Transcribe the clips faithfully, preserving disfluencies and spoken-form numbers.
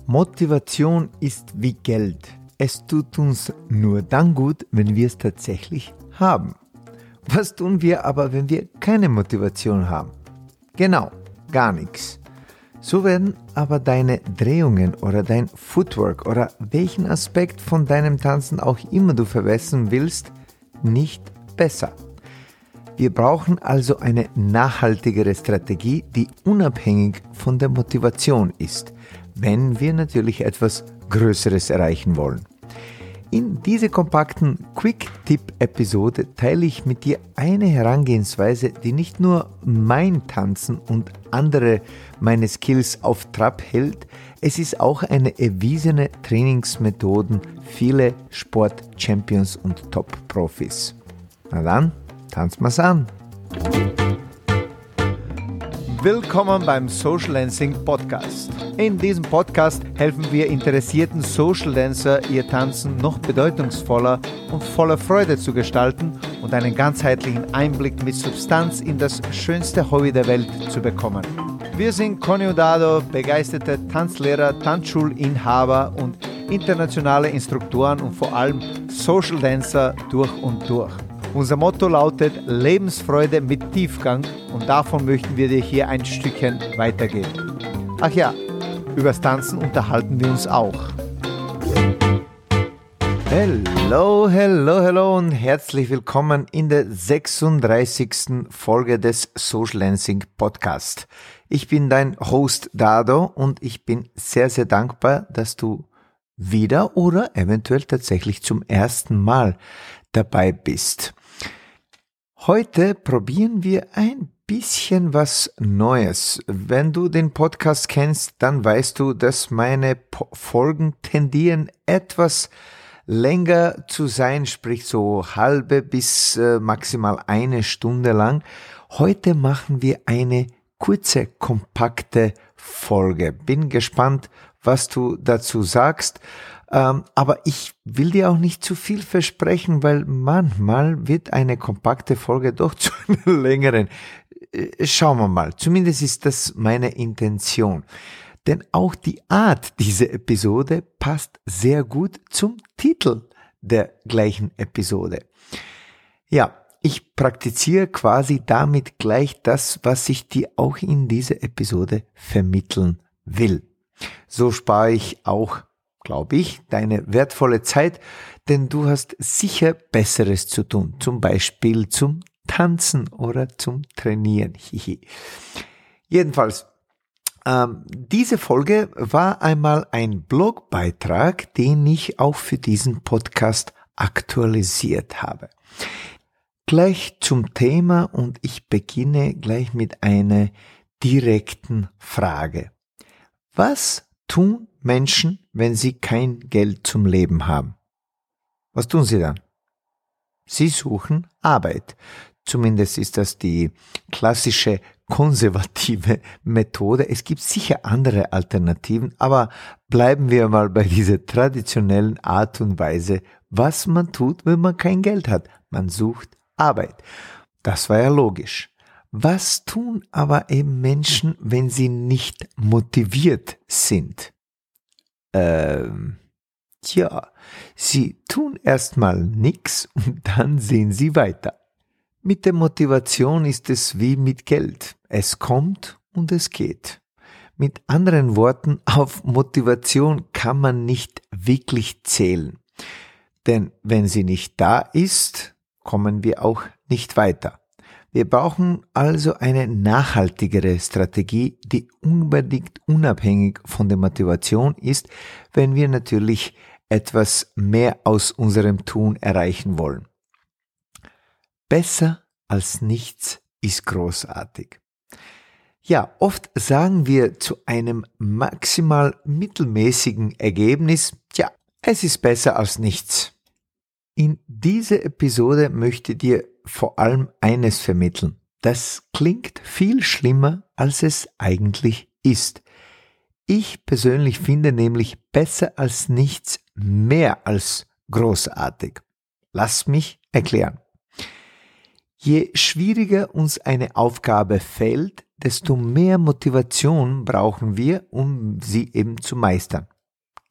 Motivation ist wie Geld. Es tut uns nur dann gut, wenn wir es tatsächlich haben. Was tun wir aber, wenn wir keine Motivation haben? Genau, gar nichts. So werden aber deine Drehungen oder dein Footwork oder welchen Aspekt von deinem Tanzen auch immer du verbessern willst, nicht besser. Wir brauchen also eine nachhaltigere Strategie, die unabhängig von der Motivation ist, wenn wir natürlich etwas Größeres erreichen wollen. In dieser kompakten Quick-Tip-Episode teile ich mit dir eine Herangehensweise, die nicht nur mein Tanzen und andere meine Skills auf Trab hält, es ist auch eine erwiesene Trainingsmethode vieler Sport-Champions und Top-Profis. Na dann, tanzen wir's an! Willkommen beim Social Dancing Podcast. In diesem Podcast helfen wir interessierten Social Dancer, ihr Tanzen noch bedeutungsvoller und voller Freude zu gestalten und einen ganzheitlichen Einblick mit Substanz in das schönste Hobby der Welt zu bekommen. Wir sind Conny und Dado, begeisterte Tanzlehrer, Tanzschulinhaber und internationale Instruktoren und vor allem Social Dancer durch und durch. Unser Motto lautet Lebensfreude mit Tiefgang und davon möchten wir dir hier ein Stückchen weitergeben. Ach ja, übers Tanzen unterhalten wir uns auch. Hello, hello, hello und herzlich willkommen in der sechsunddreißigsten Folge des Social Dancing Podcast. Ich bin dein Host Dado und ich bin sehr, sehr dankbar, dass du wieder oder eventuell tatsächlich zum ersten Mal dabei bist. Heute probieren wir ein bisschen was Neues. Wenn du den Podcast kennst, dann weißt du, dass meine Folgen tendieren etwas länger zu sein, sprich so halbe bis äh, maximal eine Stunde lang. Heute machen wir eine kurze, kompakte Folge. Bin gespannt, was du dazu sagst. Ähm, aber ich will dir auch nicht zu viel versprechen, weil manchmal wird eine kompakte Folge doch zu einer längeren. Äh, schauen wir mal. Zumindest ist das meine Intention. Denn auch die Art dieser Episode passt sehr gut zum Titel der gleichen Episode. Ja, ich praktiziere quasi damit gleich das, was ich dir auch in dieser Episode vermitteln will. So spare ich auch, glaube ich, deine wertvolle Zeit, denn du hast sicher Besseres zu tun, zum Beispiel zum Tanzen oder zum Trainieren. Jedenfalls, ähm, diese Folge war einmal ein Blogbeitrag, den ich auch für diesen Podcast aktualisiert habe. Gleich zum Thema und ich beginne gleich mit einer direkten Frage. Was tun Menschen, wenn sie kein Geld zum Leben haben? Was tun sie dann? Sie suchen Arbeit. Zumindest ist das die klassische konservative Methode. Es gibt sicher andere Alternativen, aber bleiben wir mal bei dieser traditionellen Art und Weise, was man tut, wenn man kein Geld hat. Man sucht Arbeit. Das war ja logisch. Was tun aber eben Menschen, wenn sie nicht motiviert sind? Ähm, tja, sie tun erstmal nichts und dann sehen sie weiter. Mit der Motivation ist es wie mit Geld. Es kommt und es geht. Mit anderen Worten, auf Motivation kann man nicht wirklich zählen. Denn wenn sie nicht da ist, kommen wir auch nicht weiter. Wir brauchen also eine nachhaltigere Strategie, die unbedingt unabhängig von der Motivation ist, wenn wir natürlich etwas mehr aus unserem Tun erreichen wollen. Besser als nichts ist großartig. Ja, oft sagen wir zu einem maximal mittelmäßigen Ergebnis, tja, es ist besser als nichts. In dieser Episode möchte ich dir vor allem eines vermitteln. Das klingt viel schlimmer, als es eigentlich ist. Ich persönlich finde nämlich besser als nichts mehr als großartig. Lass mich erklären. Je schwieriger uns eine Aufgabe fällt, desto mehr Motivation brauchen wir, um sie eben zu meistern.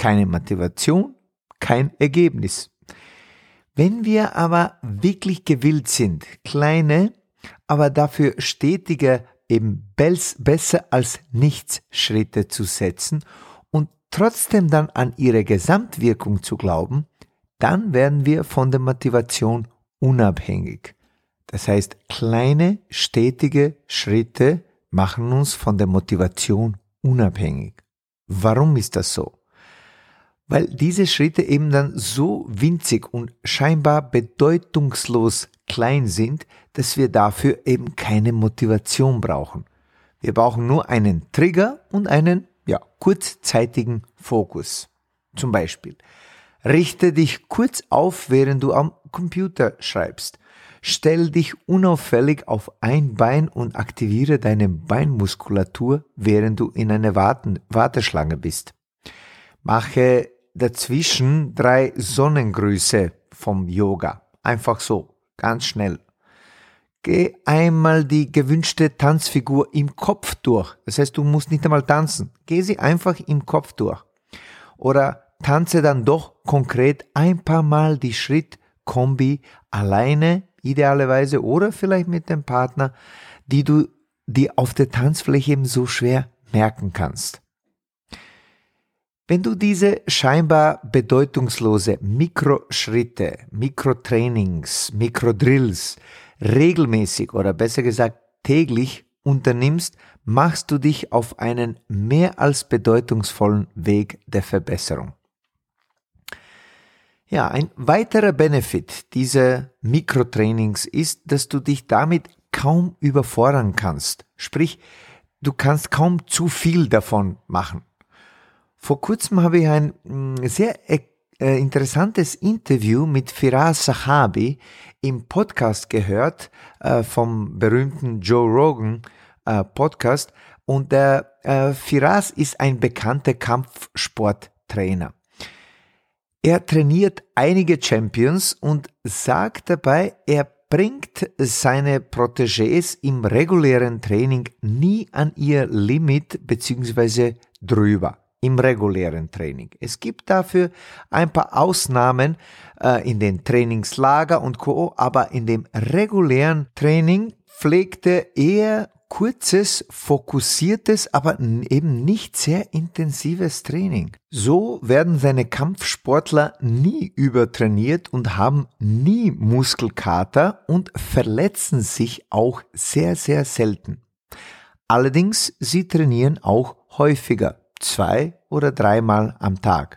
keine Motivation, kein Ergebnis. Wenn wir aber wirklich gewillt sind, kleine, aber dafür stetige, eben besser als nichts Schritte zu setzen und trotzdem dann an ihre Gesamtwirkung zu glauben, dann werden wir von der Motivation unabhängig. Das heißt, kleine, stetige Schritte machen uns von der Motivation unabhängig. Warum ist das so? Weil diese Schritte eben dann so winzig und scheinbar bedeutungslos klein sind, dass wir dafür eben keine Motivation brauchen. Wir brauchen nur einen Trigger und einen, ja, kurzzeitigen Fokus. Zum Beispiel, richte dich kurz auf, während du am Computer schreibst. Stell dich unauffällig auf ein Bein und aktiviere deine Beinmuskulatur, während du in einer Warten- Warteschlange bist. Mache dazwischen drei Sonnengrüße vom Yoga. Einfach so, ganz schnell. Geh einmal die gewünschte Tanzfigur im Kopf durch. Das heißt, du musst nicht einmal tanzen. Geh sie einfach im Kopf durch. Oder tanze dann doch konkret ein paar Mal die Schrittkombi alleine, idealerweise, oder vielleicht mit dem Partner, die du die auf der Tanzfläche eben so schwer merken kannst. Wenn du diese scheinbar bedeutungslose Mikroschritte, Mikrotrainings, Mikrodrills regelmäßig oder besser gesagt täglich unternimmst, machst du dich auf einen mehr als bedeutungsvollen Weg der Verbesserung. Ja, ein weiterer Benefit dieser Mikrotrainings ist, dass du dich damit kaum überfordern kannst. Sprich, du kannst kaum zu viel davon machen. Vor kurzem habe ich ein sehr äh, interessantes Interview mit Firas Zahabi im Podcast gehört, äh, vom berühmten Joe Rogan äh, Podcast. Und der äh, Firas ist ein bekannter Kampfsporttrainer. Er trainiert einige Champions und sagt dabei, er bringt seine Protégés im regulären Training nie an ihr Limit bzw. drüber. Im regulären Training. Es gibt dafür ein paar Ausnahmen äh, in den Trainingslager und Co., aber in dem regulären Training pflegt er eher kurzes, fokussiertes, aber eben nicht sehr intensives Training. So werden seine Kampfsportler nie übertrainiert und haben nie Muskelkater und verletzen sich auch sehr, sehr selten. Allerdings, sie trainieren auch häufiger. Zwei oder dreimal am Tag.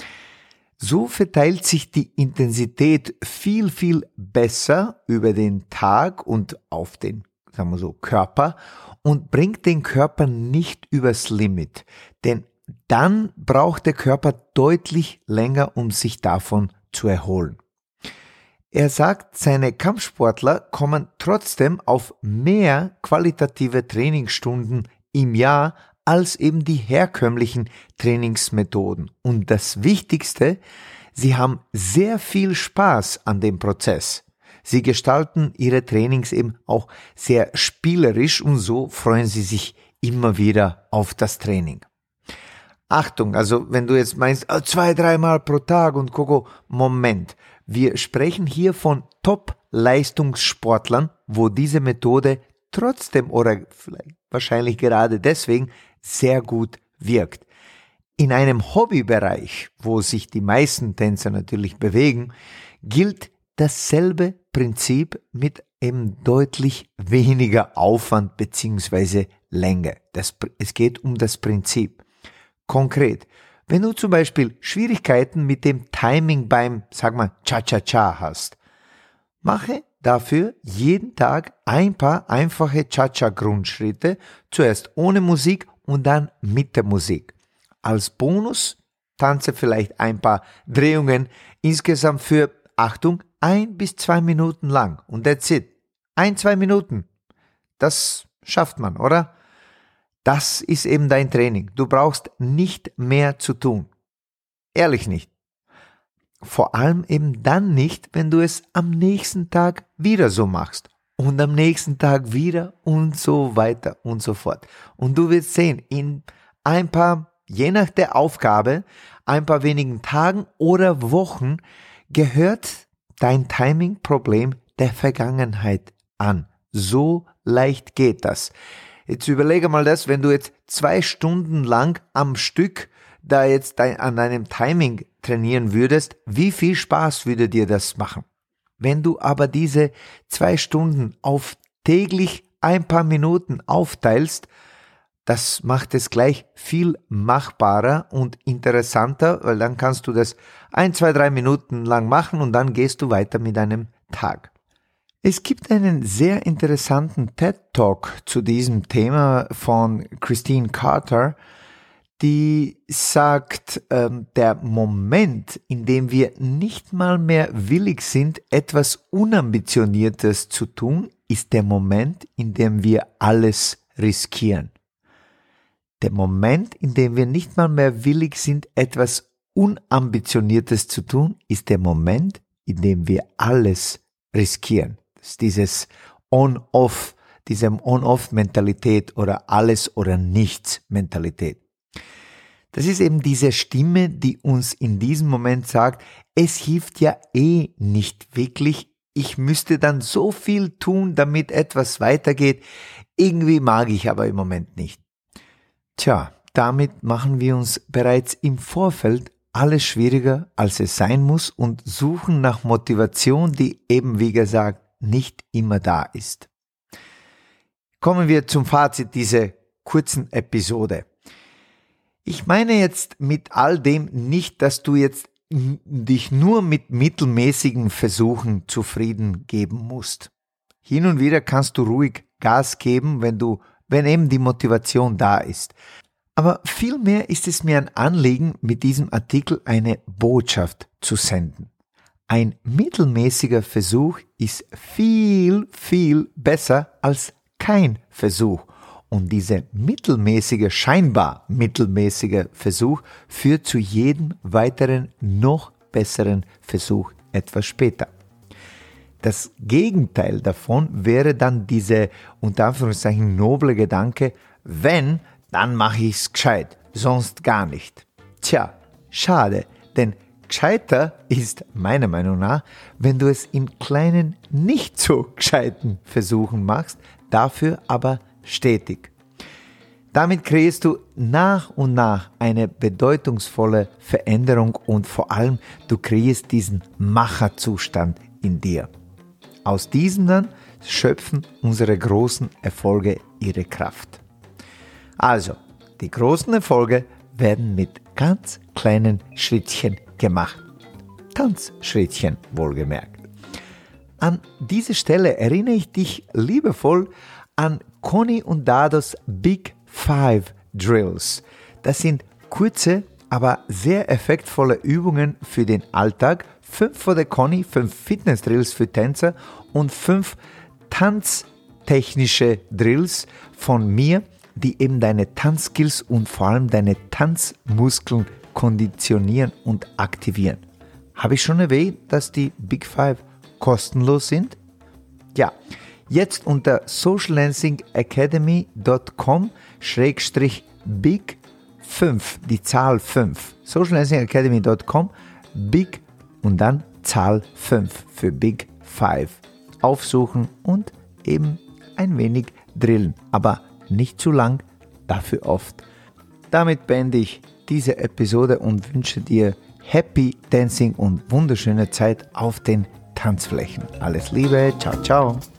So verteilt sich die Intensität viel, viel besser über den Tag und auf den, sagen wir so, Körper und bringt den Körper nicht übers Limit, denn dann braucht der Körper deutlich länger, um sich davon zu erholen. Er sagt, seine Kampfsportler kommen trotzdem auf mehr qualitative Trainingsstunden im Jahr als eben die herkömmlichen Trainingsmethoden. Und das Wichtigste, sie haben sehr viel Spaß an dem Prozess. Sie gestalten ihre Trainings eben auch sehr spielerisch und so freuen sie sich immer wieder auf das Training. Achtung, also wenn du jetzt meinst, zwei, dreimal pro Tag und Coco, Moment. Wir sprechen hier von Top-Leistungssportlern, wo diese Methode trotzdem oder vielleicht wahrscheinlich gerade deswegen sehr gut wirkt. In einem Hobbybereich, wo sich die meisten Tänzer natürlich bewegen, gilt dasselbe Prinzip mit eben deutlich weniger Aufwand bzw. Länge. Das, es geht um das Prinzip. Konkret, wenn du zum Beispiel Schwierigkeiten mit dem Timing beim, sag mal, Cha-Cha-Cha hast, mache dafür jeden Tag ein paar einfache Cha-Cha-Grundschritte, zuerst ohne Musik und dann mit der Musik. Als Bonus tanze vielleicht ein paar Drehungen insgesamt für, Achtung, ein bis zwei Minuten lang und that's it. Ein, zwei Minuten. Das schafft man, oder? Das ist eben dein Training. Du brauchst nicht mehr zu tun. Ehrlich nicht. Vor allem eben dann nicht, wenn du es am nächsten Tag wieder so machst. Und am nächsten Tag wieder und so weiter und so fort. Und du wirst sehen, in ein paar je nach der Aufgabe, ein paar wenigen Tagen oder Wochen, gehört dein Timing-Problem der Vergangenheit an. So leicht geht das. Jetzt überlege mal das, wenn du jetzt zwei Stunden lang am Stück da jetzt dein, an deinem Timing trainieren würdest, wie viel Spaß würde dir das machen? Wenn du aber diese zwei Stunden auf täglich ein paar Minuten aufteilst, das macht es gleich viel machbarer und interessanter, weil dann kannst du das ein, zwei, drei Minuten lang machen und dann gehst du weiter mit deinem Tag. Es gibt einen sehr interessanten TED-Talk zu diesem Thema von Christine Carter, die sagt, ähm, der Moment, in dem wir nicht mal mehr willig sind, etwas Unambitioniertes zu tun, ist der Moment, in dem wir alles riskieren. Der Moment, in dem wir nicht mal mehr willig sind, etwas Unambitioniertes zu tun, ist der Moment, in dem wir alles riskieren. Das ist dieses On-Off, diese On-Off-Mentalität oder Alles- oder Nichts-Mentalität. Das ist eben diese Stimme, die uns in diesem Moment sagt, es hilft ja eh nicht wirklich, ich müsste dann so viel tun, damit etwas weitergeht, irgendwie mag ich aber im Moment nicht. Tja, damit machen wir uns bereits im Vorfeld alles schwieriger, als es sein muss und suchen nach Motivation, die eben, wie gesagt, nicht immer da ist. Kommen wir zum Fazit dieser kurzen Episode. Ich meine jetzt mit all dem nicht, dass du jetzt dich nur mit mittelmäßigen Versuchen zufrieden geben musst. Hin und wieder kannst du ruhig Gas geben, wenn du, wenn eben die Motivation da ist. Aber vielmehr ist es mir ein Anliegen, mit diesem Artikel eine Botschaft zu senden. Ein mittelmäßiger Versuch ist viel, viel besser als kein Versuch. Und dieser mittelmäßige, scheinbar mittelmäßige Versuch führt zu jedem weiteren, noch besseren Versuch etwas später. Das Gegenteil davon wäre dann dieser, unter Anführungszeichen, noble Gedanke, wenn, dann mache ich's gescheit, sonst gar nicht. Tja, schade, denn gescheiter ist meiner Meinung nach, wenn du es in kleinen, nicht so gescheiten Versuchen machst, dafür aber stetig. Damit kreierst du nach und nach eine bedeutungsvolle Veränderung und vor allem du kreierst diesen Macherzustand in dir. Aus diesem dann schöpfen unsere großen Erfolge ihre Kraft. Also, die großen Erfolge werden mit ganz kleinen Schrittchen gemacht. Tanzschrittchen wohlgemerkt. An dieser Stelle erinnere ich dich liebevoll an Conny und Dados Big Five Drills. Das sind kurze, aber sehr effektvolle Übungen für den Alltag. Fünf von der Conny, fünf Fitness-Drills für Tänzer und fünf tanztechnische Drills von mir, die eben deine Tanzskills und vor allem deine Tanzmuskeln konditionieren und aktivieren. Habe ich schon erwähnt, dass die Big Five kostenlos sind? Ja, jetzt unter socialdancingacademy dot com schrägstrich big fünf, die Zahl fünf. socialdancingacademy dot com, big und dann Zahl fünf für Big Five. Aufsuchen und eben ein wenig drillen, aber nicht zu lang, dafür oft. Damit beende ich diese Episode und wünsche dir Happy Dancing und wunderschöne Zeit auf den Tanzflächen. Alles Liebe, ciao, ciao.